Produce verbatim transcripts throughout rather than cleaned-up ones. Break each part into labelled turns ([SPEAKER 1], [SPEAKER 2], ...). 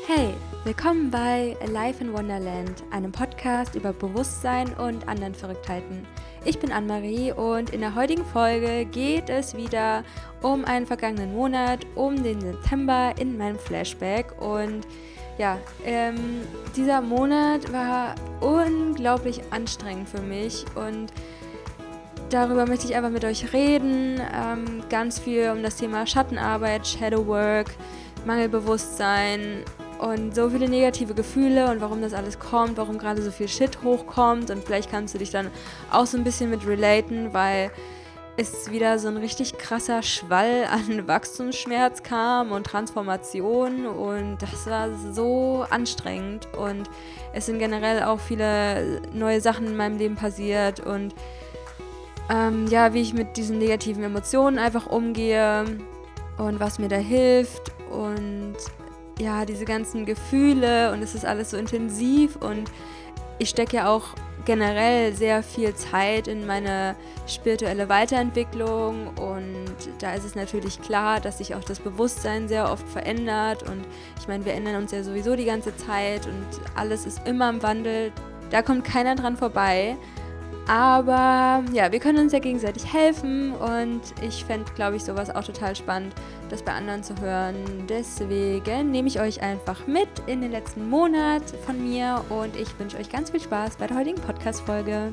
[SPEAKER 1] Hey, willkommen bei Life in Wonderland, einem Podcast über Bewusstsein und anderen Verrücktheiten. Ich bin Anne-Marie und in der heutigen Folge geht es wieder um einen vergangenen Monat, um den September in meinem Flashback. Und ja, ähm, dieser Monat war unglaublich anstrengend für mich und darüber möchte ich einfach mit euch reden. Ähm, ganz viel um das Thema Schattenarbeit, Shadowwork, Mangelbewusstsein und so viele negative Gefühle und warum das alles kommt, warum gerade so viel Shit hochkommt, und vielleicht kannst du dich dann auch so ein bisschen mit relaten, weil es wieder so ein richtig krasser Schwall an Wachstumsschmerz kam und Transformation, und das war so anstrengend, und es sind generell auch viele neue Sachen in meinem Leben passiert und ähm, ja, wie ich mit diesen negativen Emotionen einfach umgehe und was mir da hilft und ja, diese ganzen Gefühle, und es ist alles so intensiv, und ich stecke ja auch generell sehr viel Zeit in meine spirituelle Weiterentwicklung, und da ist es natürlich klar, dass sich auch das Bewusstsein sehr oft verändert, und ich meine, wir ändern uns ja sowieso die ganze Zeit und alles ist immer im Wandel, da kommt keiner dran vorbei. Aber ja, wir können uns ja gegenseitig helfen, und ich fände, glaube ich, sowas auch total spannend, das bei anderen zu hören. Deswegen nehme ich euch einfach mit in den letzten Monat von mir, und ich wünsche euch ganz viel Spaß bei der heutigen Podcast-Folge.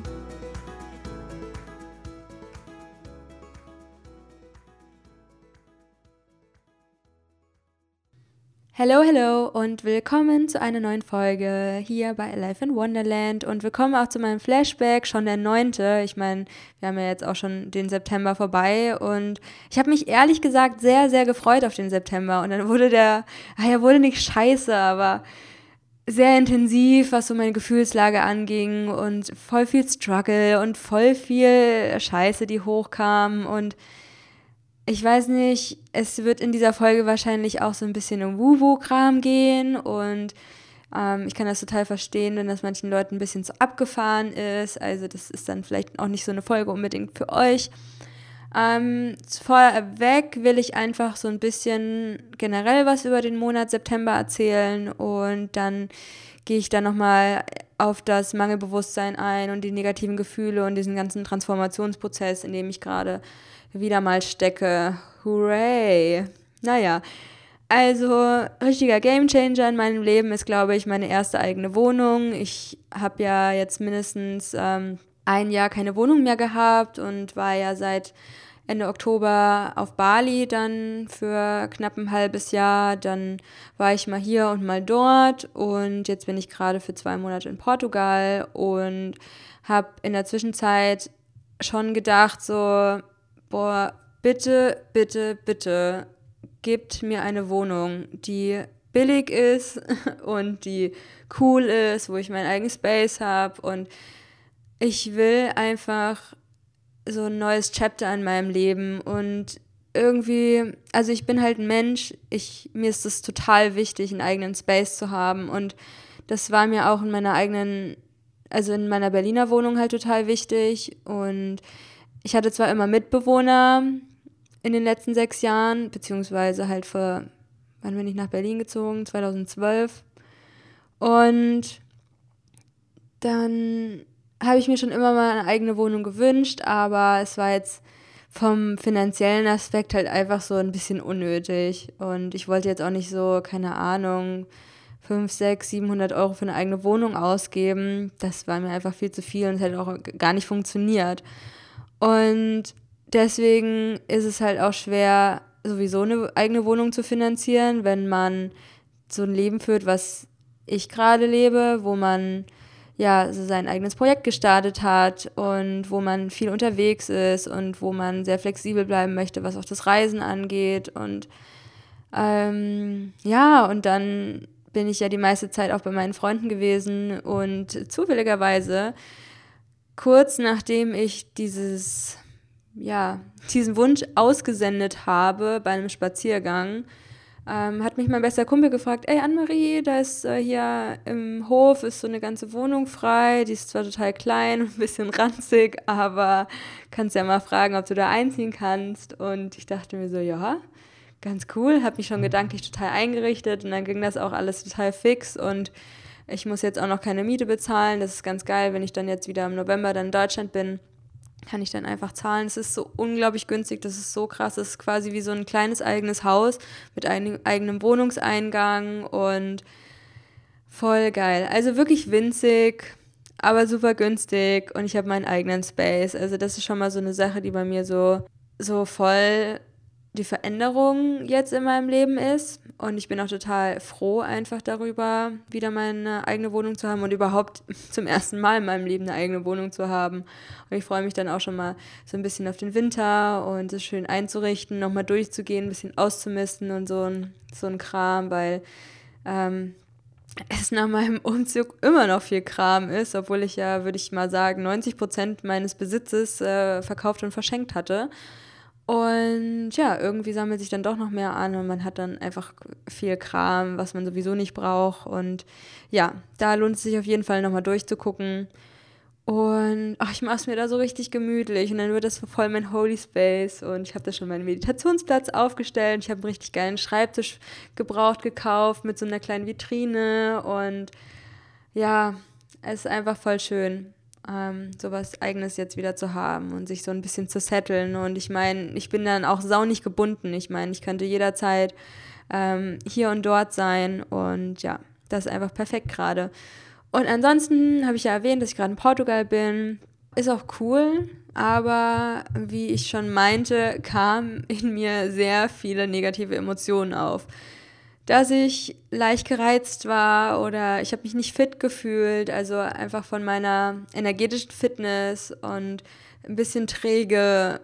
[SPEAKER 1] Hallo, hallo und willkommen zu einer neuen Folge hier bei Life in Wonderland, und willkommen auch zu meinem Flashback, schon der neunte. Ich meine, wir haben ja jetzt auch schon den September vorbei, und ich habe mich ehrlich gesagt sehr, sehr gefreut auf den September, und dann wurde der, ah ja, wurde nicht scheiße, aber sehr intensiv, was so meine Gefühlslage anging, und voll viel Struggle und voll viel Scheiße, die hochkam, und ich weiß nicht, es wird in dieser Folge wahrscheinlich auch so ein bisschen um Woo-Woo-Kram gehen, und ähm, ich kann das total verstehen, wenn das manchen Leuten ein bisschen zu abgefahren ist. Also das ist dann vielleicht auch nicht so eine Folge unbedingt für euch. Ähm, vorweg will ich einfach so ein bisschen generell was über den Monat September erzählen, und dann gehe ich dann nochmal auf das Mangelbewusstsein ein und die negativen Gefühle und diesen ganzen Transformationsprozess, in dem ich gerade wieder mal stecke. Hooray! Naja, also richtiger Gamechanger in meinem Leben ist, glaube ich, meine erste eigene Wohnung. Ich habe ja jetzt mindestens ähm, ein Jahr keine Wohnung mehr gehabt und war ja seit Ende Oktober auf Bali dann für knapp ein halbes Jahr. Dann war ich mal hier und mal dort, und jetzt bin ich gerade für zwei Monate in Portugal und habe in der Zwischenzeit schon gedacht, so, boah, bitte, bitte, bitte, gebt mir eine Wohnung, die billig ist und die cool ist, wo ich meinen eigenen Space habe, und ich will einfach so ein neues Chapter in meinem Leben, und irgendwie, also ich bin halt ein Mensch, ich, mir ist es total wichtig, einen eigenen Space zu haben, und das war mir auch in meiner eigenen, also in meiner Berliner Wohnung halt total wichtig, und ich hatte zwar immer Mitbewohner in den letzten sechs Jahren, beziehungsweise halt vor, wann bin ich nach Berlin gezogen? zweitausendzwölf. Und dann habe ich mir schon immer mal eine eigene Wohnung gewünscht, aber es war jetzt vom finanziellen Aspekt halt einfach so ein bisschen unnötig. Und ich wollte jetzt auch nicht so, keine Ahnung, fünf, sechs, siebenhundert Euro für eine eigene Wohnung ausgeben. Das war mir einfach viel zu viel, und es hat auch gar nicht funktioniert. Und deswegen ist es halt auch schwer, sowieso eine eigene Wohnung zu finanzieren, wenn man so ein Leben führt, was ich gerade lebe, wo man ja so sein eigenes Projekt gestartet hat und wo man viel unterwegs ist und wo man sehr flexibel bleiben möchte, was auch das Reisen angeht. Und ähm, ja, und dann bin ich ja die meiste Zeit auch bei meinen Freunden gewesen, und zufälligerweise kurz nachdem ich dieses, ja, diesen Wunsch ausgesendet habe bei einem Spaziergang, ähm, hat mich mein bester Kumpel gefragt, ey Anne-Marie, da ist äh, hier im Hof ist so eine ganze Wohnung frei, die ist zwar total klein und ein bisschen ranzig, aber kannst ja mal fragen, ob du da einziehen kannst. Und ich dachte mir so, ja, ganz cool, habe mich schon gedanklich total eingerichtet und dann ging das auch alles total fix und ich muss jetzt auch noch keine Miete bezahlen. Das ist ganz geil, wenn ich dann jetzt wieder im November dann in Deutschland bin, kann ich dann einfach zahlen. Es ist so unglaublich günstig, das ist so krass. Das ist quasi wie so ein kleines eigenes Haus mit einem eigenen Wohnungseingang und voll geil. Also wirklich winzig, aber super günstig und ich habe meinen eigenen Space. Also das ist schon mal so eine Sache, die bei mir so, so voll die Veränderung jetzt in meinem Leben ist. Und ich bin auch total froh einfach darüber, wieder meine eigene Wohnung zu haben und überhaupt zum ersten Mal in meinem Leben eine eigene Wohnung zu haben. Und ich freue mich dann auch schon mal so ein bisschen auf den Winter und es schön einzurichten, nochmal durchzugehen, ein bisschen auszumisten und so ein, so ein Kram, weil ähm, es nach meinem Umzug immer noch viel Kram ist, obwohl ich ja, würde ich mal sagen, neunzig Prozent meines Besitzes äh, verkauft und verschenkt hatte. Und ja, irgendwie sammelt sich dann doch noch mehr an und man hat dann einfach viel Kram, was man sowieso nicht braucht. Und ja, da lohnt es sich auf jeden Fall nochmal durchzugucken. Und ach, ich mache es mir da so richtig gemütlich und dann wird das so voll mein Holy Space und ich habe da schon meinen Meditationsplatz aufgestellt. Ich habe einen richtig geilen Schreibtisch gebraucht gekauft mit so einer kleinen Vitrine und ja, es ist einfach voll schön, ähm, sowas Eigenes jetzt wieder zu haben und sich so ein bisschen zu setteln. Und ich meine, ich bin dann auch saunig gebunden. Ich meine, ich könnte jederzeit ähm, hier und dort sein und ja, das ist einfach perfekt gerade. Und ansonsten habe ich ja erwähnt, dass ich gerade in Portugal bin. Ist auch cool, aber wie ich schon meinte, kamen in mir sehr viele negative Emotionen auf. Dass ich leicht gereizt war oder ich habe mich nicht fit gefühlt, also einfach von meiner energetischen Fitness und ein bisschen träge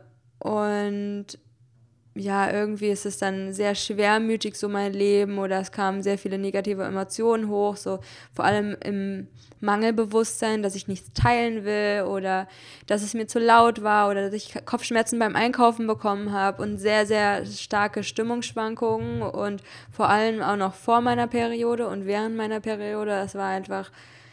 [SPEAKER 1] und ja, irgendwie ist es dann sehr schwermütig, so mein Leben, oder es kamen sehr viele negative Emotionen hoch, so vor allem im Mangelbewusstsein, dass ich nichts teilen will oder dass es mir zu laut war oder dass ich Kopfschmerzen beim Einkaufen bekommen habe und sehr, sehr starke Stimmungsschwankungen und vor allem auch noch vor meiner Periode und während meiner Periode. Das war einfach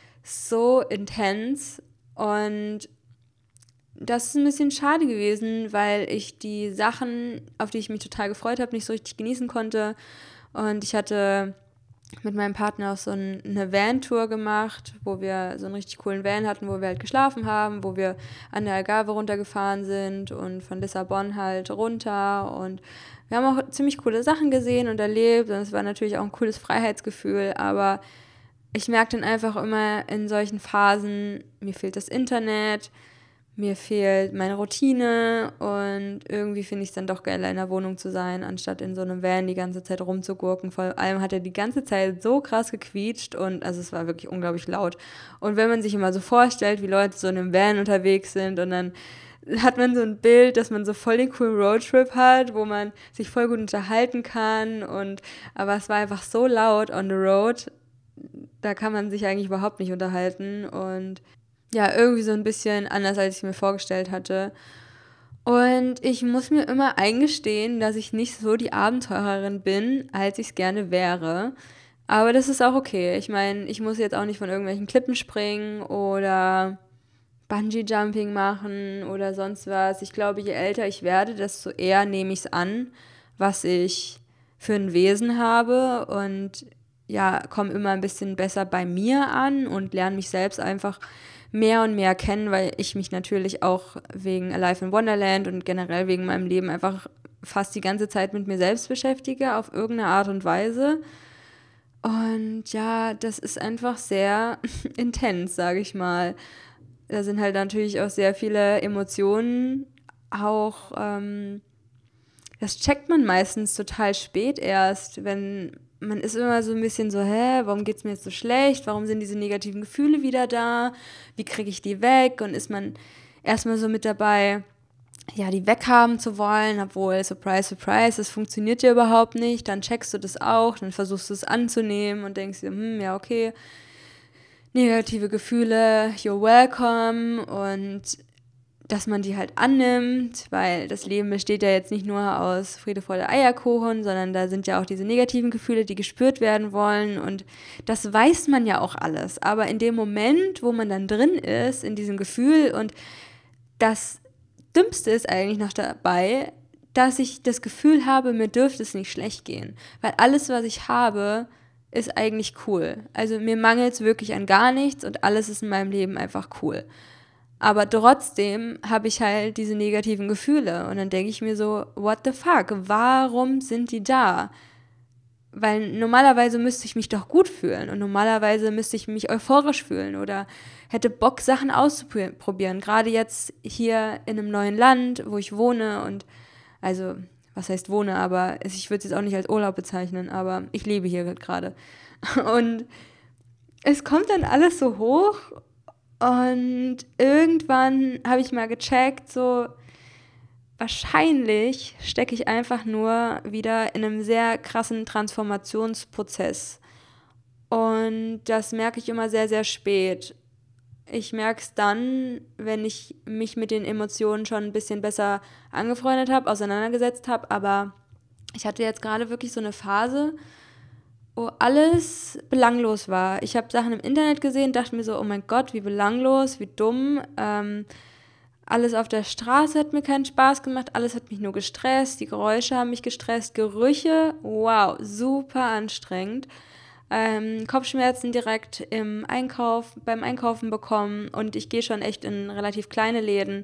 [SPEAKER 1] so intens und das ist ein bisschen schade gewesen, weil ich die Sachen, auf die ich mich total gefreut habe, nicht so richtig genießen konnte. Und ich hatte mit meinem Partner auch so ein, eine Van-Tour gemacht, wo wir so einen richtig coolen Van hatten, wo wir halt geschlafen haben, wo wir an der Algarve runtergefahren sind und von Lissabon halt runter. Und wir haben auch ziemlich coole Sachen gesehen und erlebt. Und es war natürlich auch ein cooles Freiheitsgefühl, aber ich merke dann einfach immer in solchen Phasen, mir fehlt das Internet, mir fehlt meine Routine und irgendwie finde ich es dann doch geiler, in der Wohnung zu sein, anstatt in so einem Van die ganze Zeit rumzugurken. Vor allem hat er die ganze Zeit so krass gequietscht und also es war wirklich unglaublich laut. Und wenn man sich immer so vorstellt, wie Leute so in einem Van unterwegs sind und dann hat man so ein Bild, dass man so voll den coolen Roadtrip hat, wo man sich voll gut unterhalten kann und aber es war einfach so laut on the road, da kann man sich eigentlich überhaupt nicht unterhalten und ja, irgendwie so ein bisschen anders, als ich mir vorgestellt hatte. Und ich muss mir immer eingestehen, dass ich nicht so die Abenteurerin bin, als ich es gerne wäre. Aber das ist auch okay. Ich meine, ich muss jetzt auch nicht von irgendwelchen Klippen springen oder Bungee-Jumping machen oder sonst was. Ich glaube, je älter ich werde, desto eher nehme ich es an, was ich für ein Wesen habe und ja, komme immer ein bisschen besser bei mir an und lerne mich selbst einfach mehr und mehr kennen, weil ich mich natürlich auch wegen Alive in Wonderland und generell wegen meinem Leben einfach fast die ganze Zeit mit mir selbst beschäftige, auf irgendeine Art und Weise. Und ja, das ist einfach sehr intens, sage ich mal. Da sind halt natürlich auch sehr viele Emotionen, auch ähm, das checkt man meistens total spät erst, wenn man ist immer so ein bisschen so, hä, warum geht's mir jetzt so schlecht? Warum sind diese negativen Gefühle wieder da? Wie kriege ich die weg? Und ist man erstmal so mit dabei, ja, die weghaben zu wollen, obwohl, surprise, surprise, das funktioniert ja überhaupt nicht. Dann checkst du das auch, dann versuchst du es anzunehmen und denkst dir, hm, ja, okay, negative Gefühle, you're welcome und dass man die halt annimmt, weil das Leben besteht ja jetzt nicht nur aus Friede, Freude, Eierkuchen, sondern da sind ja auch diese negativen Gefühle, die gespürt werden wollen und das weiß man ja auch alles, aber in dem Moment, wo man dann drin ist, in diesem Gefühl und das Dümmste ist eigentlich noch dabei, dass ich das Gefühl habe, mir dürfte es nicht schlecht gehen. Weil alles, was ich habe, ist eigentlich cool. Also mir mangelt es wirklich an gar nichts und alles ist in meinem Leben einfach cool. Aber trotzdem habe ich halt diese negativen Gefühle und dann denke ich mir so, what the fuck, warum sind die da? Weil normalerweise müsste ich mich doch gut fühlen und normalerweise müsste ich mich euphorisch fühlen oder hätte Bock, Sachen auszuprobieren. Gerade jetzt hier in einem neuen Land, wo ich wohne und, also, was heißt wohne, aber ich würde es jetzt auch nicht als Urlaub bezeichnen, aber ich lebe hier gerade. Und es kommt dann alles so hoch und irgendwann habe ich mal gecheckt, so, wahrscheinlich stecke ich einfach nur wieder in einem sehr krassen Transformationsprozess. Und das merke ich immer sehr, sehr spät. Ich merke es dann, wenn ich mich mit den Emotionen schon ein bisschen besser angefreundet habe, auseinandergesetzt habe. Aber ich hatte jetzt gerade wirklich so eine Phase, wo alles belanglos war. Ich habe Sachen im Internet gesehen, dachte mir so, oh mein Gott, wie belanglos, wie dumm. Ähm, Alles auf der Straße hat mir keinen Spaß gemacht, alles hat mich nur gestresst, die Geräusche haben mich gestresst, Gerüche, wow, super anstrengend. Ähm, Kopfschmerzen direkt im Einkauf, beim Einkaufen bekommen und ich gehe schon echt in relativ kleine Läden.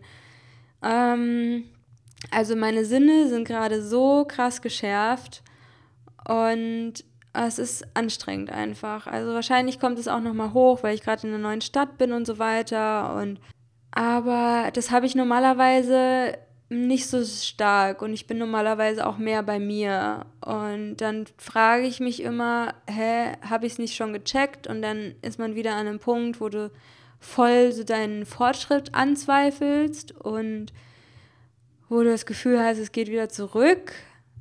[SPEAKER 1] Ähm, also meine Sinne sind gerade so krass geschärft und es ist anstrengend einfach. Also wahrscheinlich kommt es auch nochmal hoch, weil ich gerade in einer neuen Stadt bin und so weiter und aber das habe ich normalerweise nicht so stark und ich bin normalerweise auch mehr bei mir. Und dann frage ich mich immer, hä, habe ich es nicht schon gecheckt? Und dann ist man wieder an einem Punkt, wo du voll so deinen Fortschritt anzweifelst und wo du das Gefühl hast, es geht wieder zurück.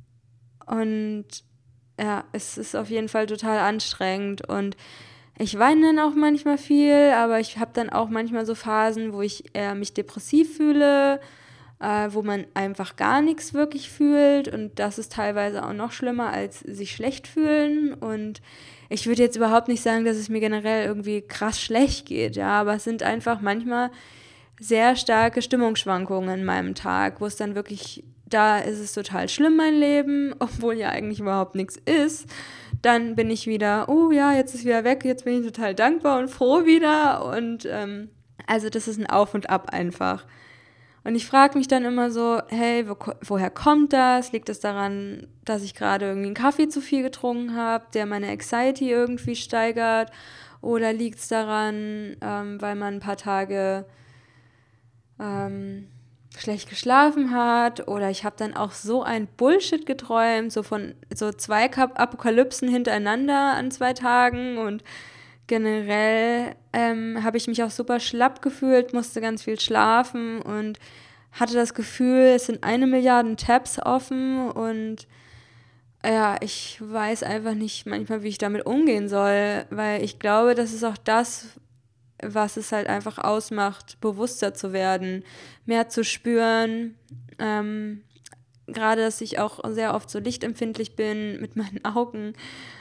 [SPEAKER 1] Und ja, es ist auf jeden Fall total anstrengend und ich weine dann auch manchmal viel, aber ich habe dann auch manchmal so Phasen, wo ich eher mich depressiv fühle, äh, wo man einfach gar nichts wirklich fühlt und das ist teilweise auch noch schlimmer als sich schlecht fühlen und ich würde jetzt überhaupt nicht sagen, dass es mir generell irgendwie krass schlecht geht, ja, aber es sind einfach manchmal sehr starke Stimmungsschwankungen in meinem Tag, wo es dann wirklich, da ist es total schlimm, mein Leben, obwohl ja eigentlich überhaupt nichts ist. Dann bin ich wieder, oh ja, jetzt ist wieder weg, jetzt bin ich total dankbar und froh wieder. Und ähm, also das ist ein Auf und Ab einfach. Und ich frage mich dann immer so, hey, wo, woher kommt das? Liegt es daran, dass ich gerade irgendwie einen Kaffee zu viel getrunken habe, der meine Anxiety irgendwie steigert? Oder liegt es daran, ähm, weil man ein paar Tage ähm, schlecht geschlafen hat oder ich habe dann auch so ein Bullshit geträumt, so von so zwei Apokalypsen hintereinander an zwei Tagen und generell ähm, habe ich mich auch super schlapp gefühlt, musste ganz viel schlafen und hatte das Gefühl, es sind eine Milliarde Tabs offen und ja, ich weiß einfach nicht manchmal, wie ich damit umgehen soll, weil ich glaube, das ist auch das, was es halt einfach ausmacht, bewusster zu werden, mehr zu spüren. Ähm, gerade, dass ich auch sehr oft so lichtempfindlich bin mit meinen Augen,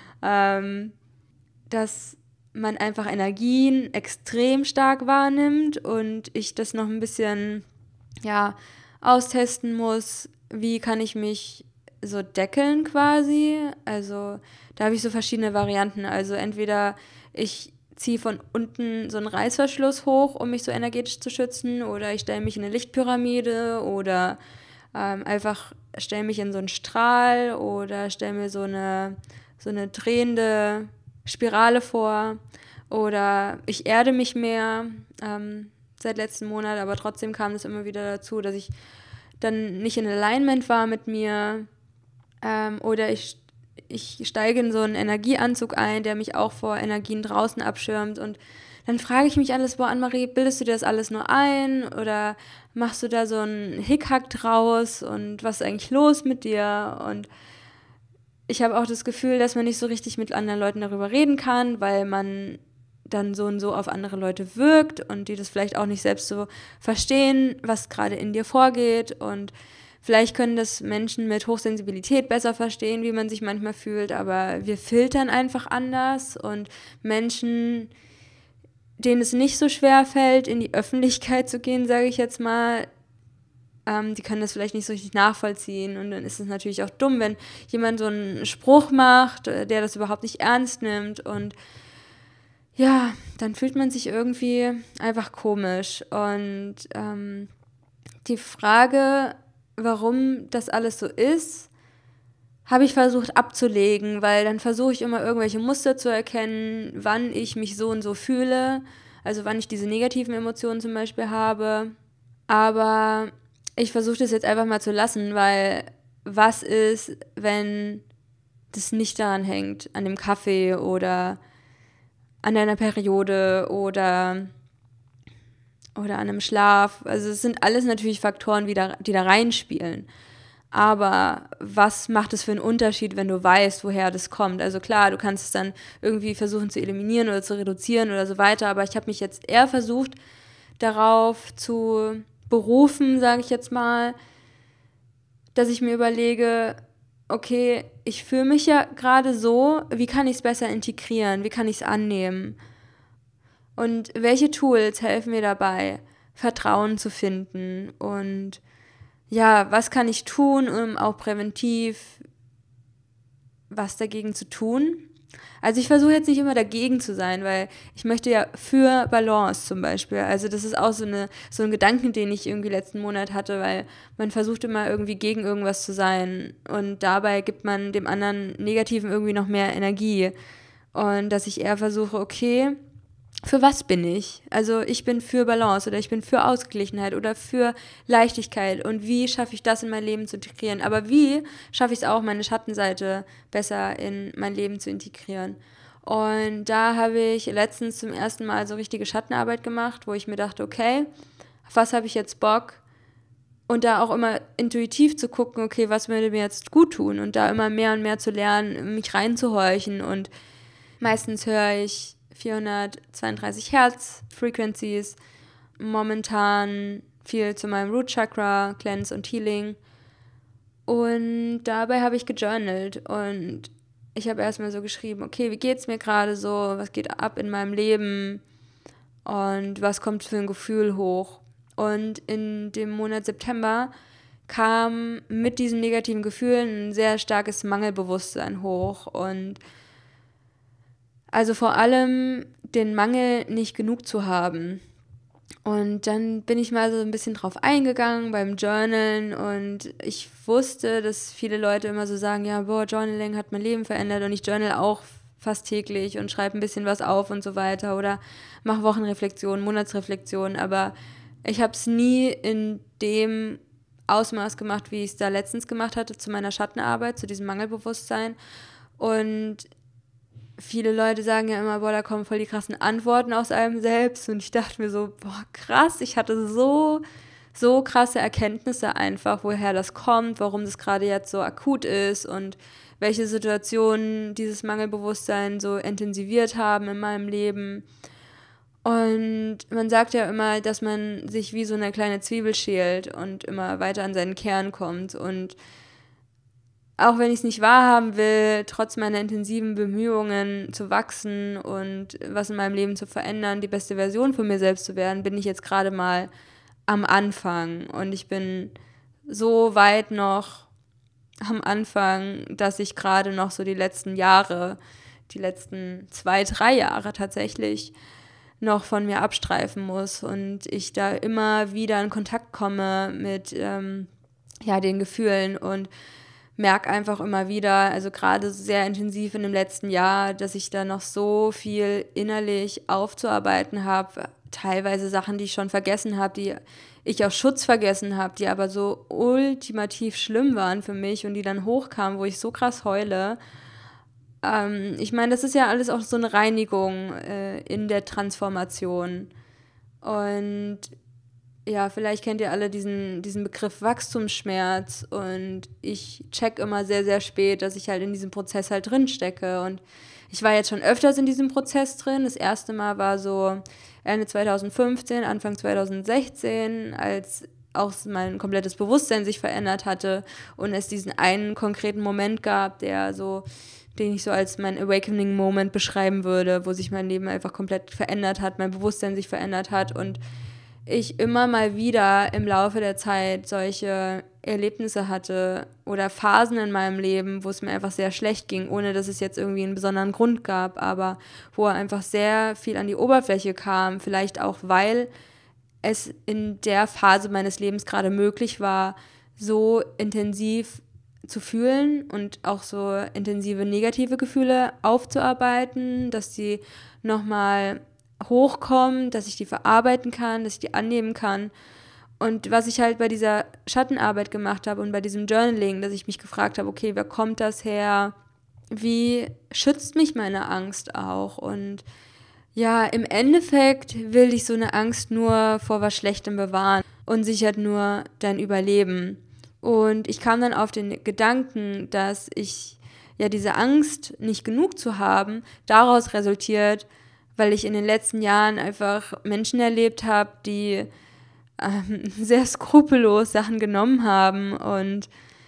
[SPEAKER 1] ähm, dass man einfach Energien extrem stark wahrnimmt und ich das noch ein bisschen, ja, austesten muss, wie kann ich mich so deckeln quasi. Also da habe ich so verschiedene Varianten. Also entweder ich ziehe von unten so einen Reißverschluss hoch, um mich so energetisch zu schützen, oder ich stelle mich in eine Lichtpyramide oder ähm, einfach stelle mich in so einen Strahl oder stelle mir so eine, so eine drehende Spirale vor oder ich erde mich mehr ähm, seit letzten Monat, aber trotzdem kam es immer wieder dazu, dass ich dann nicht in Alignment war mit mir ähm, oder ich ich steige in so einen Energieanzug ein, der mich auch vor Energien draußen abschirmt und dann frage ich mich alles, boah, Annemarie, bildest du dir das alles nur ein oder machst du da so einen Hickhack draus und was ist eigentlich los mit dir? Und ich habe auch das Gefühl, dass man nicht so richtig mit anderen Leuten darüber reden kann, weil man dann so und so auf andere Leute wirkt und die das vielleicht auch nicht selbst so verstehen, was gerade in dir vorgeht und vielleicht können das Menschen mit Hochsensibilität besser verstehen, wie man sich manchmal fühlt, aber wir filtern einfach anders und Menschen, denen es nicht so schwer fällt, in die Öffentlichkeit zu gehen, sage ich jetzt mal, ähm, die können das vielleicht nicht so richtig nachvollziehen und dann ist es natürlich auch dumm, wenn jemand so einen Spruch macht, der das überhaupt nicht ernst nimmt und ja, dann fühlt man sich irgendwie einfach komisch und ähm, die Frage, warum das alles so ist, habe ich versucht abzulegen, weil dann versuche ich immer irgendwelche Muster zu erkennen, wann ich mich so und so fühle, also wann ich diese negativen Emotionen zum Beispiel habe. Aber ich versuche das jetzt einfach mal zu lassen, weil was ist, wenn das nicht daran hängt, an dem Kaffee oder an deiner Periode oder, oder an einem Schlaf. Also es sind alles natürlich Faktoren, die da, die da reinspielen. Aber was macht es für einen Unterschied, wenn du weißt, woher das kommt? Also klar, du kannst es dann irgendwie versuchen zu eliminieren oder zu reduzieren oder so weiter, aber ich habe mich jetzt eher versucht, darauf zu berufen, sage ich jetzt mal, dass ich mir überlege, okay, ich fühle mich ja gerade so, wie kann ich es besser integrieren, wie kann ich es annehmen? Und welche Tools helfen mir dabei, Vertrauen zu finden und ja, was kann ich tun, um auch präventiv was dagegen zu tun? Also ich versuche jetzt nicht immer dagegen zu sein, weil ich möchte ja für Balance zum Beispiel. Also das ist auch so, eine, so ein Gedanken, den ich irgendwie letzten Monat hatte, weil man versucht immer irgendwie gegen irgendwas zu sein und dabei gibt man dem anderen Negativen irgendwie noch mehr Energie. Und dass ich eher versuche, okay, für was bin ich? Also ich bin für Balance oder ich bin für Ausgeglichenheit oder für Leichtigkeit und wie schaffe ich das in mein Leben zu integrieren? Aber wie schaffe ich es auch, meine Schattenseite besser in mein Leben zu integrieren? Und da habe ich letztens zum ersten Mal so richtige Schattenarbeit gemacht, wo ich mir dachte, okay, auf was habe ich jetzt Bock? Und da auch immer intuitiv zu gucken, okay, was würde mir jetzt gut tun? Und da immer mehr und mehr zu lernen, mich reinzuhorchen. Und meistens höre ich vierhundertzweiunddreißig Hertz Frequencies, momentan viel zu meinem Root Chakra, Cleanse und Healing. Und dabei habe ich gejournalt und ich habe erstmal so geschrieben, okay, wie geht's mir gerade so, was geht ab in meinem Leben und was kommt für ein Gefühl hoch. Und in dem Monat September kam mit diesen negativen Gefühlen ein sehr starkes Mangelbewusstsein hoch und also vor allem den Mangel, nicht genug zu haben. Und dann bin ich mal so ein bisschen drauf eingegangen beim Journalen und ich wusste, dass viele Leute immer so sagen, ja, boah, Journaling hat mein Leben verändert und ich journal auch fast täglich und schreibe ein bisschen was auf und so weiter oder mache Wochenreflexionen, Monatsreflexionen, aber ich habe es nie in dem Ausmaß gemacht, wie ich es da letztens gemacht hatte zu meiner Schattenarbeit, zu diesem Mangelbewusstsein und viele Leute sagen ja immer, boah, da kommen voll die krassen Antworten aus einem selbst und ich dachte mir so, boah, krass, ich hatte so, so krasse Erkenntnisse einfach, woher das kommt, warum das gerade jetzt so akut ist und welche Situationen dieses Mangelbewusstsein so intensiviert haben in meinem Leben. Und man sagt ja immer, dass man sich wie so eine kleine Zwiebel schält und immer weiter an seinen Kern kommt und auch wenn ich es nicht wahrhaben will, trotz meiner intensiven Bemühungen zu wachsen und was in meinem Leben zu verändern, die beste Version von mir selbst zu werden, bin ich jetzt gerade mal am Anfang. Und ich bin so weit noch am Anfang, dass ich gerade noch so die letzten Jahre, die letzten zwei, drei Jahre tatsächlich noch von mir abstreifen muss. Und ich da immer wieder in Kontakt komme mit ähm, ja, den Gefühlen und merke einfach immer wieder, also gerade sehr intensiv in dem letzten Jahr, dass ich da noch so viel innerlich aufzuarbeiten habe, teilweise Sachen, die ich schon vergessen habe, die ich aus Schutz vergessen habe, die aber so ultimativ schlimm waren für mich und die dann hochkamen, wo ich so krass heule. Ähm, ich meine, das ist ja alles auch so eine Reinigung äh, in der Transformation und ja, vielleicht kennt ihr alle diesen, diesen Begriff Wachstumsschmerz und ich check immer sehr, sehr spät, dass ich halt in diesem Prozess halt drin stecke und ich war jetzt schon öfters in diesem Prozess drin. Das erste Mal war so Ende zwanzig fünfzehn, Anfang zwanzig sechzehn, als auch mein komplettes Bewusstsein sich verändert hatte und es diesen einen konkreten Moment gab, der so, den ich so als mein Awakening-Moment beschreiben würde, wo sich mein Leben einfach komplett verändert hat, mein Bewusstsein sich verändert hat und ich immer mal wieder im Laufe der Zeit solche Erlebnisse hatte oder Phasen in meinem Leben, wo es mir einfach sehr schlecht ging, ohne dass es jetzt irgendwie einen besonderen Grund gab, aber wo einfach sehr viel an die Oberfläche kam, vielleicht auch, weil es in der Phase meines Lebens gerade möglich war, so intensiv zu fühlen und auch so intensive negative Gefühle aufzuarbeiten, dass die nochmal hochkommen, dass ich die verarbeiten kann, dass ich die annehmen kann. Und was ich halt bei dieser Schattenarbeit gemacht habe und bei diesem Journaling, dass ich mich gefragt habe, okay, wer kommt das her? Wie schützt mich meine Angst auch? Und ja, im Endeffekt will dich so eine Angst nur vor was Schlechtem bewahren und sichert nur dein Überleben. Und ich kam dann auf den Gedanken, dass ich ja diese Angst, nicht genug zu haben, daraus resultiert, weil ich in den letzten Jahren einfach Menschen erlebt habe, die ähm, sehr skrupellos Sachen genommen haben und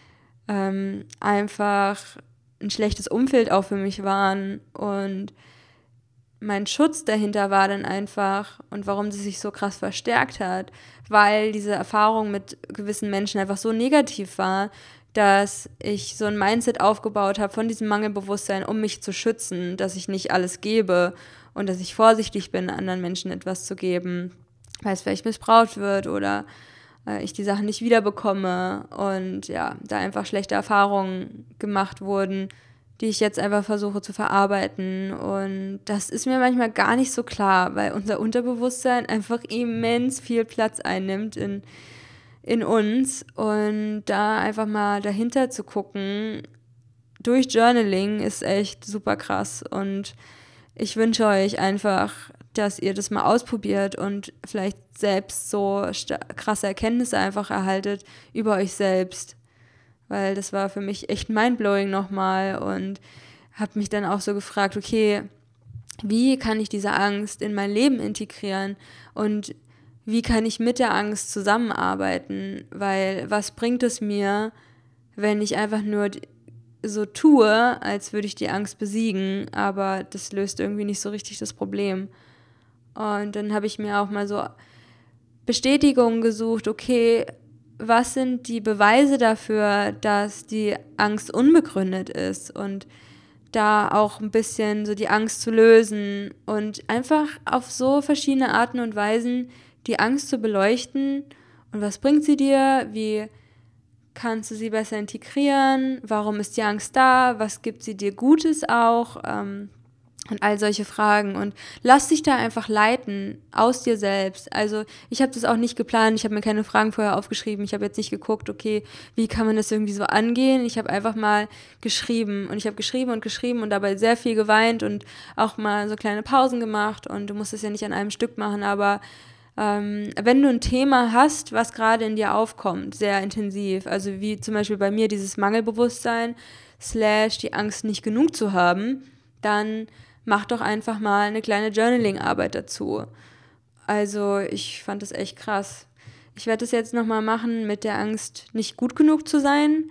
[SPEAKER 1] ähm, einfach ein schlechtes Umfeld auch für mich waren. Und mein Schutz dahinter war dann einfach, und warum das sich so krass verstärkt hat, weil diese Erfahrung mit gewissen Menschen einfach so negativ war, dass ich so ein Mindset aufgebaut habe von diesem Mangelbewusstsein, um mich zu schützen, dass ich nicht alles gebe und dass ich vorsichtig bin, anderen Menschen etwas zu geben, weil es vielleicht missbraucht wird oder äh, ich die Sachen nicht wiederbekomme und ja, da einfach schlechte Erfahrungen gemacht wurden, die ich jetzt einfach versuche zu verarbeiten. Und das ist mir manchmal gar nicht so klar, weil unser Unterbewusstsein einfach immens viel Platz einnimmt in, in uns. Und da einfach mal dahinter zu gucken, durch Journaling ist echt super krass. Und ich wünsche euch einfach, dass ihr das mal ausprobiert und vielleicht selbst so sta- krasse Erkenntnisse einfach erhaltet über euch selbst. Weil das war für mich echt mindblowing nochmal und habe mich dann auch so gefragt, okay, wie kann ich diese Angst in mein Leben integrieren und wie kann ich mit der Angst zusammenarbeiten? Weil was bringt es mir, wenn ich einfach nur so tue, als würde ich die Angst besiegen, aber das löst irgendwie nicht so richtig das Problem. Und dann habe ich mir auch mal so Bestätigungen gesucht, okay, was sind die Beweise dafür, dass die Angst unbegründet ist und da auch ein bisschen so die Angst zu lösen und einfach auf so verschiedene Arten und Weisen die Angst zu beleuchten und was bringt sie dir, wie kannst du sie besser integrieren, warum ist die Angst da, was gibt sie dir Gutes auch, ähm, und all solche Fragen und lass dich da einfach leiten aus dir selbst. Also ich habe das auch nicht geplant, ich habe mir keine Fragen vorher aufgeschrieben, ich habe jetzt nicht geguckt, okay, wie kann man das irgendwie so angehen? Ich habe einfach mal geschrieben und ich habe geschrieben und geschrieben und dabei sehr viel geweint und auch mal so kleine Pausen gemacht und du musst es ja nicht an einem Stück machen, aber ähm, wenn du ein Thema hast, was gerade in dir aufkommt, sehr intensiv, also wie zum Beispiel bei mir dieses Mangelbewusstsein slash die Angst nicht genug zu haben, dann mach doch einfach mal eine kleine Journaling-Arbeit dazu. Also ich fand das echt krass. Ich werde das jetzt nochmal machen mit der Angst, nicht gut genug zu sein.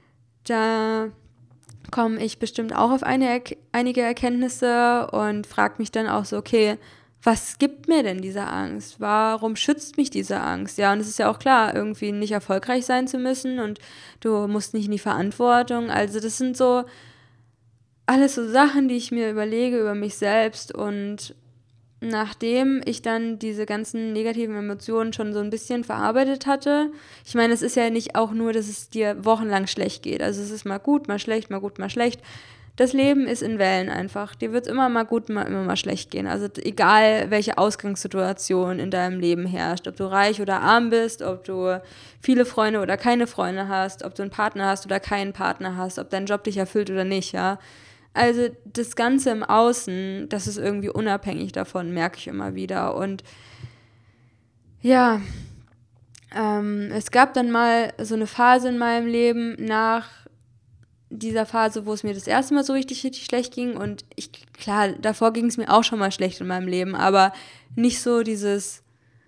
[SPEAKER 1] Da komme ich bestimmt auch auf eine, einige Erkenntnisse und frage mich dann auch so, okay, was gibt mir denn diese Angst? Warum schützt mich diese Angst? Ja, und es ist ja auch klar, irgendwie nicht erfolgreich sein zu müssen und du musst nicht in die Verantwortung. Also das sind so alles so Sachen, die ich mir überlege über mich selbst und nachdem ich dann diese ganzen negativen Emotionen schon so ein bisschen verarbeitet hatte, ich meine, es ist ja nicht auch nur, dass es dir wochenlang schlecht geht, also es ist mal gut, mal schlecht, mal gut, mal schlecht. Das Leben ist in Wellen einfach. Dir wird es immer mal gut, mal, immer mal schlecht gehen. Also egal, welche Ausgangssituation in deinem Leben herrscht, ob du reich oder arm bist, ob du viele Freunde oder keine Freunde hast, ob du einen Partner hast oder keinen Partner hast, ob dein Job dich erfüllt oder nicht, ja. Also das Ganze im Außen, das ist irgendwie unabhängig davon, merke ich immer wieder. Und ja, ähm, es gab dann mal so eine Phase in meinem Leben nach dieser Phase, wo es mir das erste Mal so richtig, richtig schlecht ging. Und ich, klar, davor ging es mir auch schon mal schlecht in meinem Leben, aber nicht so dieses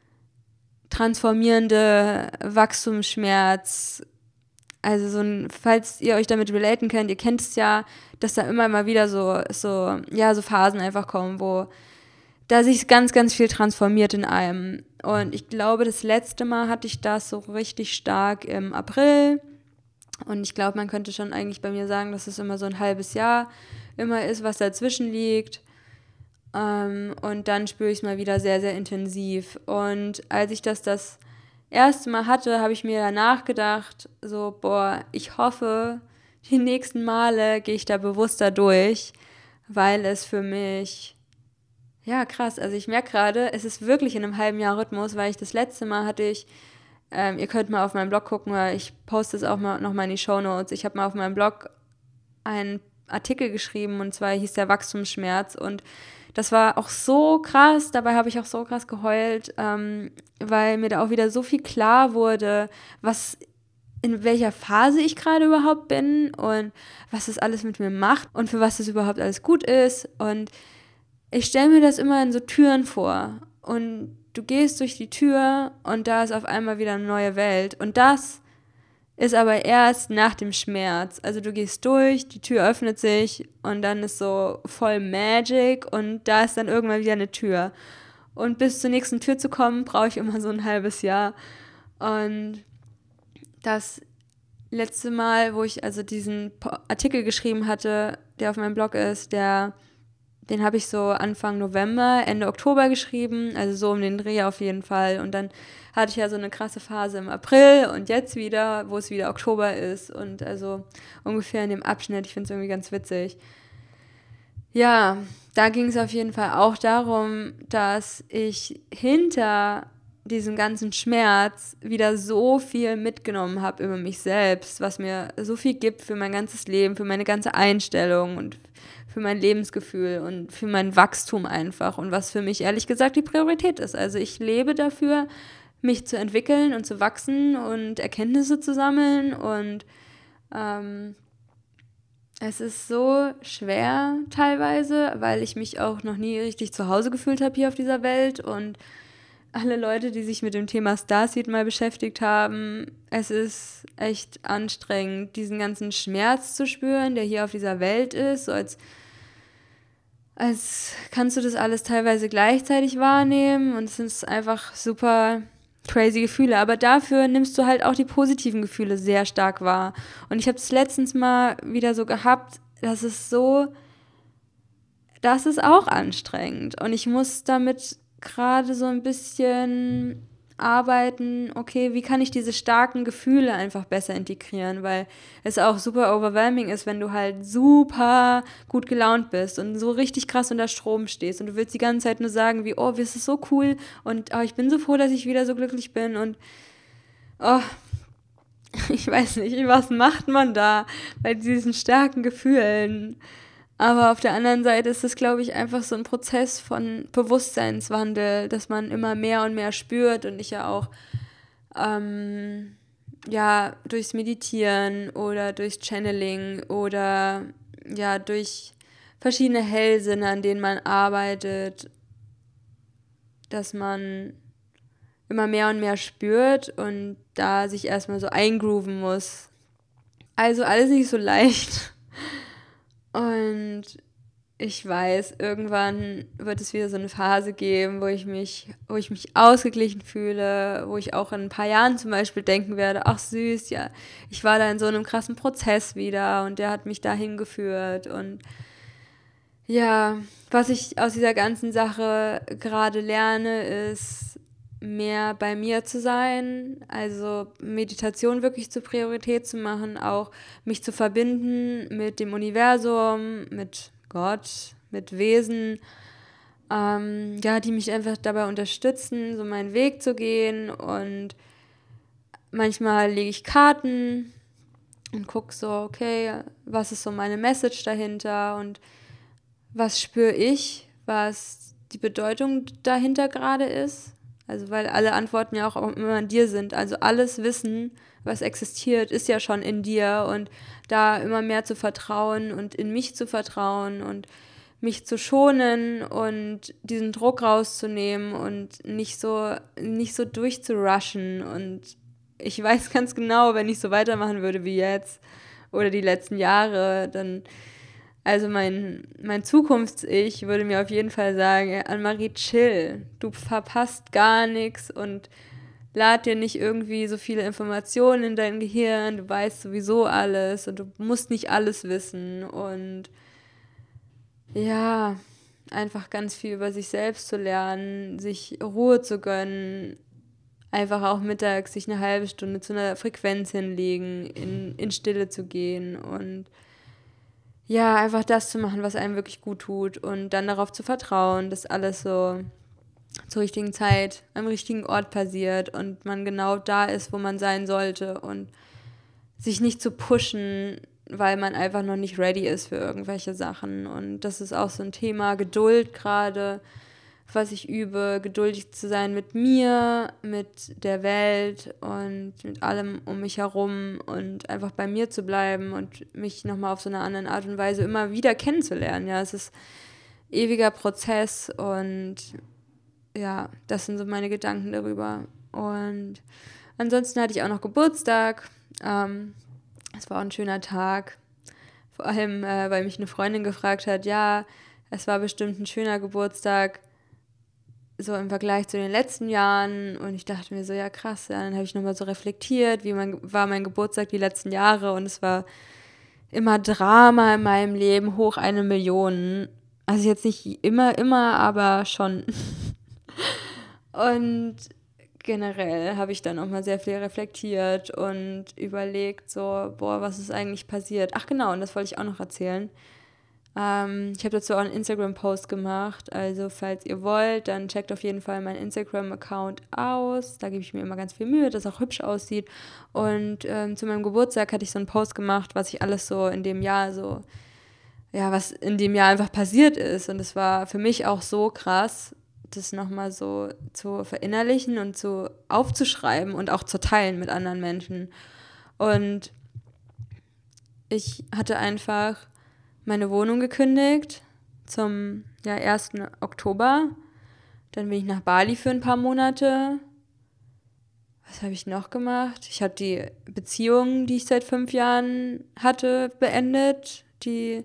[SPEAKER 1] transformierende Wachstumsschmerz. Also so ein, falls ihr euch damit relaten könnt, ihr kennt es ja, dass da immer mal wieder so, so, ja, so Phasen einfach kommen, wo da sich ganz, ganz viel transformiert in einem. Und ich glaube, das letzte Mal hatte ich das so richtig stark im April. Und ich glaube, man könnte schon eigentlich bei mir sagen, dass es immer so ein halbes Jahr immer ist, was dazwischen liegt. Ähm, und dann spüre ich es mal wieder sehr, sehr intensiv. Und als ich das das erste Mal hatte, habe ich mir danach gedacht, so, boah, ich hoffe, die nächsten Male gehe ich da bewusster durch, weil es für mich, ja, krass, also ich merke gerade, es ist wirklich in einem halben Jahr Rhythmus, weil ich das letzte Mal hatte ich, ähm, ihr könnt mal auf meinem Blog gucken, weil ich poste es auch mal noch mal in die Shownotes. Ich habe mal auf meinem Blog einen Artikel geschrieben und zwar hieß der Wachstumsschmerz und das war auch so krass, dabei habe ich auch so krass geheult, ähm, weil mir da auch wieder so viel klar wurde, was in welcher Phase ich gerade überhaupt bin und was das alles mit mir macht und für was das überhaupt alles gut ist. Und ich stelle mir das immer in so Türen vor und du gehst durch die Tür und da ist auf einmal wieder eine neue Welt und das ist aber erst nach dem Schmerz. Also du gehst durch, die Tür öffnet sich und dann ist so voll Magic und da ist dann irgendwann wieder eine Tür. Und bis zur nächsten Tür zu kommen, brauche ich immer so ein halbes Jahr. Und das letzte Mal, wo ich also diesen Artikel geschrieben hatte, der auf meinem Blog ist, der, den habe ich so Anfang November, Ende Oktober geschrieben, also so um den Dreh auf jeden Fall. Und dann hatte ich ja so eine krasse Phase im April und jetzt wieder, wo es wieder Oktober ist und also ungefähr in dem Abschnitt, ich finde es irgendwie ganz witzig. Ja, da ging es auf jeden Fall auch darum, dass ich hinter diesem ganzen Schmerz wieder so viel mitgenommen habe über mich selbst, was mir so viel gibt für mein ganzes Leben, für meine ganze Einstellung und für mein Lebensgefühl und für mein Wachstum einfach und was für mich ehrlich gesagt die Priorität ist. Also ich lebe dafür, mich zu entwickeln und zu wachsen und Erkenntnisse zu sammeln und ähm, es ist so schwer teilweise, weil ich mich auch noch nie richtig zu Hause gefühlt habe hier auf dieser Welt und alle Leute, die sich mit dem Thema Starseed mal beschäftigt haben, es ist echt anstrengend, diesen ganzen Schmerz zu spüren, der hier auf dieser Welt ist, so als, als kannst du das alles teilweise gleichzeitig wahrnehmen und es ist einfach super crazy Gefühle, aber dafür nimmst du halt auch die positiven Gefühle sehr stark wahr. Und ich habe es letztens mal wieder so gehabt, dass es so, das ist auch anstrengend und ich muss damit gerade so ein bisschen arbeiten, okay, wie kann ich diese starken Gefühle einfach besser integrieren, weil es auch super overwhelming ist, wenn du halt super gut gelaunt bist und so richtig krass unter Strom stehst und du willst die ganze Zeit nur sagen, wie, oh, das ist so cool und oh, ich bin so froh, dass ich wieder so glücklich bin und oh, ich weiß nicht, was macht man da bei diesen starken Gefühlen? Aber auf der anderen Seite ist es, glaube ich, einfach so ein Prozess von Bewusstseinswandel, dass man immer mehr und mehr spürt und ich ja auch ähm, ja, durchs Meditieren oder durchs Channeling oder ja, durch verschiedene Hellsinne, an denen man arbeitet, dass man immer mehr und mehr spürt und da sich erstmal so eingrooven muss. Also alles nicht so leicht. Und ich weiß, irgendwann wird es wieder so eine Phase geben, wo ich mich, wo ich mich ausgeglichen fühle, wo ich auch in ein paar Jahren zum Beispiel denken werde, ach süß, ja, ich war da in so einem krassen Prozess wieder und der hat mich dahin geführt. Und ja, was ich aus dieser ganzen Sache gerade lerne, ist mehr bei mir zu sein, also Meditation wirklich zur Priorität zu machen, auch mich zu verbinden mit dem Universum, mit Gott, mit Wesen, ähm, ja, die mich einfach dabei unterstützen, so meinen Weg zu gehen und manchmal lege ich Karten und gucke so, okay, was ist so meine Message dahinter und was spüre ich, was die Bedeutung dahinter gerade ist. Also weil alle Antworten ja auch immer in dir sind. Also alles Wissen, was existiert, ist ja schon in dir und da immer mehr zu vertrauen und in mich zu vertrauen und mich zu schonen und diesen Druck rauszunehmen und nicht so, nicht so durchzurushen. Und ich weiß ganz genau, wenn ich so weitermachen würde wie jetzt oder die letzten Jahre, dann also mein, mein Zukunfts-Ich würde mir auf jeden Fall sagen, Annemarie, chill, du verpasst gar nichts und lad dir nicht irgendwie so viele Informationen in dein Gehirn, du weißt sowieso alles und du musst nicht alles wissen und ja, einfach ganz viel über sich selbst zu lernen, sich Ruhe zu gönnen, einfach auch mittags sich eine halbe Stunde zu einer Frequenz hinlegen, in, in Stille zu gehen und ja, einfach das zu machen, was einem wirklich gut tut und dann darauf zu vertrauen, dass alles so zur richtigen Zeit am richtigen Ort passiert und man genau da ist, wo man sein sollte und sich nicht zu pushen, weil man einfach noch nicht ready ist für irgendwelche Sachen. Und das ist auch so ein Thema Geduld gerade, was ich übe, geduldig zu sein mit mir, mit der Welt und mit allem um mich herum und einfach bei mir zu bleiben und mich nochmal auf so eine andere Art und Weise immer wieder kennenzulernen. Ja, es ist ein ewiger Prozess und ja, das sind so meine Gedanken darüber. Und ansonsten hatte ich auch noch Geburtstag. Ähm, es war auch ein schöner Tag. Vor allem, äh, weil mich eine Freundin gefragt hat, ja, es war bestimmt ein schöner Geburtstag, so im Vergleich zu den letzten Jahren. Und ich dachte mir so, ja krass, ja, dann habe ich nochmal so reflektiert, wie mein, war mein Geburtstag die letzten Jahre. Und es war immer Drama in meinem Leben, hoch eine Million. Also jetzt nicht immer, immer, aber schon. Und generell habe ich dann auch mal sehr viel reflektiert und überlegt, so, boah, was ist eigentlich passiert? Ach genau, und das wollte ich auch noch erzählen. Ähm, ich habe dazu auch einen Instagram-Post gemacht, also falls ihr wollt, dann checkt auf jeden Fall meinen Instagram-Account aus. Da gebe ich mir immer ganz viel Mühe, dass es auch hübsch aussieht. Und ähm, zu meinem Geburtstag hatte ich so einen Post gemacht, was ich alles so in dem Jahr so, ja, was in dem Jahr einfach passiert ist. Und es war für mich auch so krass, das nochmal so zu verinnerlichen und zu aufzuschreiben und auch zu teilen mit anderen Menschen. Und ich hatte einfach meine Wohnung gekündigt zum ja, ersten Oktober. Dann bin ich nach Bali für ein paar Monate. Was habe ich noch gemacht? Ich habe die Beziehung, die ich seit fünf Jahren hatte, beendet. Die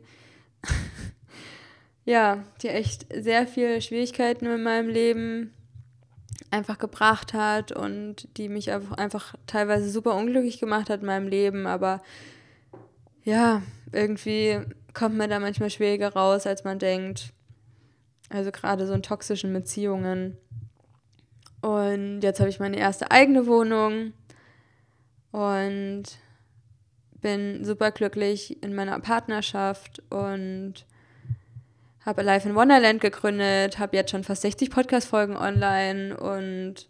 [SPEAKER 1] ja, die echt sehr viele Schwierigkeiten in meinem Leben einfach gebracht hat und die mich einfach, einfach teilweise super unglücklich gemacht hat in meinem Leben, aber ja, irgendwie kommt man da manchmal schwieriger raus, als man denkt. Also gerade so in toxischen Beziehungen. Und jetzt habe ich meine erste eigene Wohnung und bin super glücklich in meiner Partnerschaft und habe Alive in Wonderland gegründet, habe jetzt schon fast sechzig Podcast-Folgen online und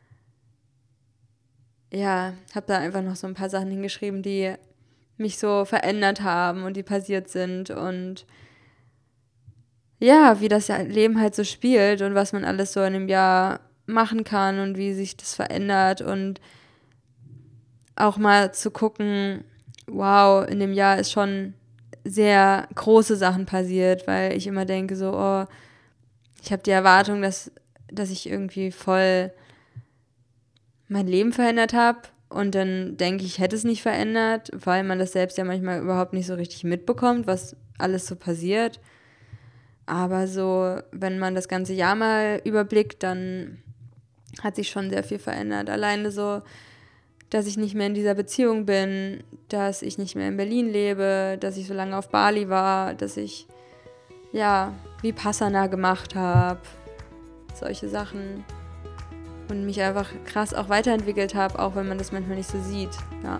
[SPEAKER 1] ja, habe da einfach noch so ein paar Sachen hingeschrieben, die mich so verändert haben und die passiert sind und ja, wie das Leben halt so spielt und was man alles so in einem Jahr machen kann und wie sich das verändert und auch mal zu gucken, wow, in dem Jahr ist schon sehr große Sachen passiert, weil ich immer denke so, oh, ich habe die Erwartung, dass, dass ich irgendwie voll mein Leben verändert habe und dann denke ich, ich hätte es nicht verändert, weil man das selbst ja manchmal überhaupt nicht so richtig mitbekommt, was alles so passiert. Aber so, wenn man das ganze Jahr mal überblickt, dann hat sich schon sehr viel verändert. Alleine so, dass ich nicht mehr in dieser Beziehung bin, dass ich nicht mehr in Berlin lebe, dass ich so lange auf Bali war, dass ich, ja, Vipassana gemacht habe, solche Sachen. Und mich einfach krass auch weiterentwickelt habe, auch wenn man das manchmal nicht so sieht, ja.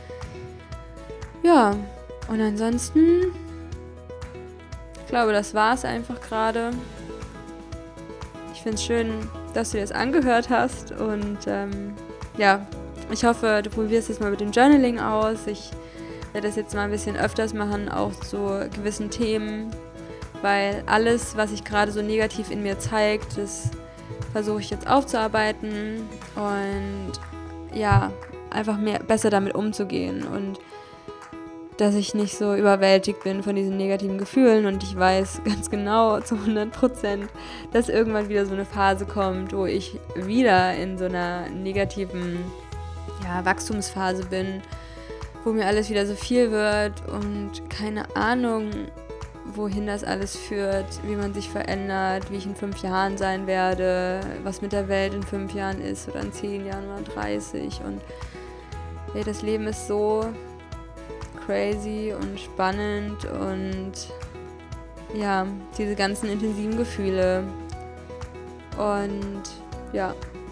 [SPEAKER 1] Ja, und ansonsten, ich glaube, das war es einfach gerade. Ich finde es schön, dass du dir das angehört hast und ähm, ja, ich hoffe, du probierst es mal mit dem Journaling aus. Ich werde das jetzt mal ein bisschen öfters machen, auch zu gewissen Themen, weil alles, was sich gerade so negativ in mir zeigt, das versuche ich jetzt aufzuarbeiten und ja, einfach mehr, besser damit umzugehen und dass ich nicht so überwältigt bin von diesen negativen Gefühlen und ich weiß ganz genau zu hundert Prozent, dass irgendwann wieder so eine Phase kommt, wo ich wieder in so einer negativen ja, Wachstumsphase bin, wo mir alles wieder so viel wird und keine Ahnung, wohin das alles führt, wie man sich verändert, wie ich in fünf Jahren sein werde, was mit der Welt in fünf Jahren ist oder in zehn Jahren oder dreißig. Und hey, das Leben ist so crazy und spannend und ja, diese ganzen intensiven Gefühle. Und ja,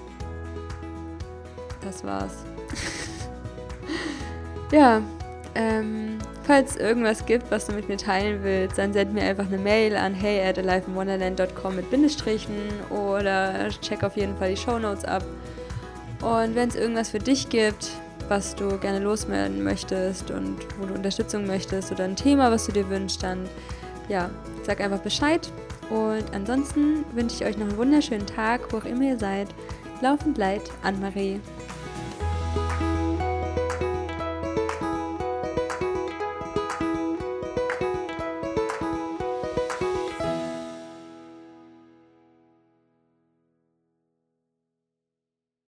[SPEAKER 1] das war's. ja, ähm, falls es irgendwas gibt, was du mit mir teilen willst, dann send mir einfach eine Mail an hey at aliveinwonderland dot com mit Bindestrichen oder check auf jeden Fall die Shownotes ab. Und wenn es irgendwas für dich gibt, was du gerne loswerden möchtest und wo du Unterstützung möchtest oder ein Thema, was du dir wünschst, dann ja, sag einfach Bescheid. Und ansonsten wünsche ich euch noch einen wunderschönen Tag, wo auch immer ihr seid. Laufend leid, Anne-Marie.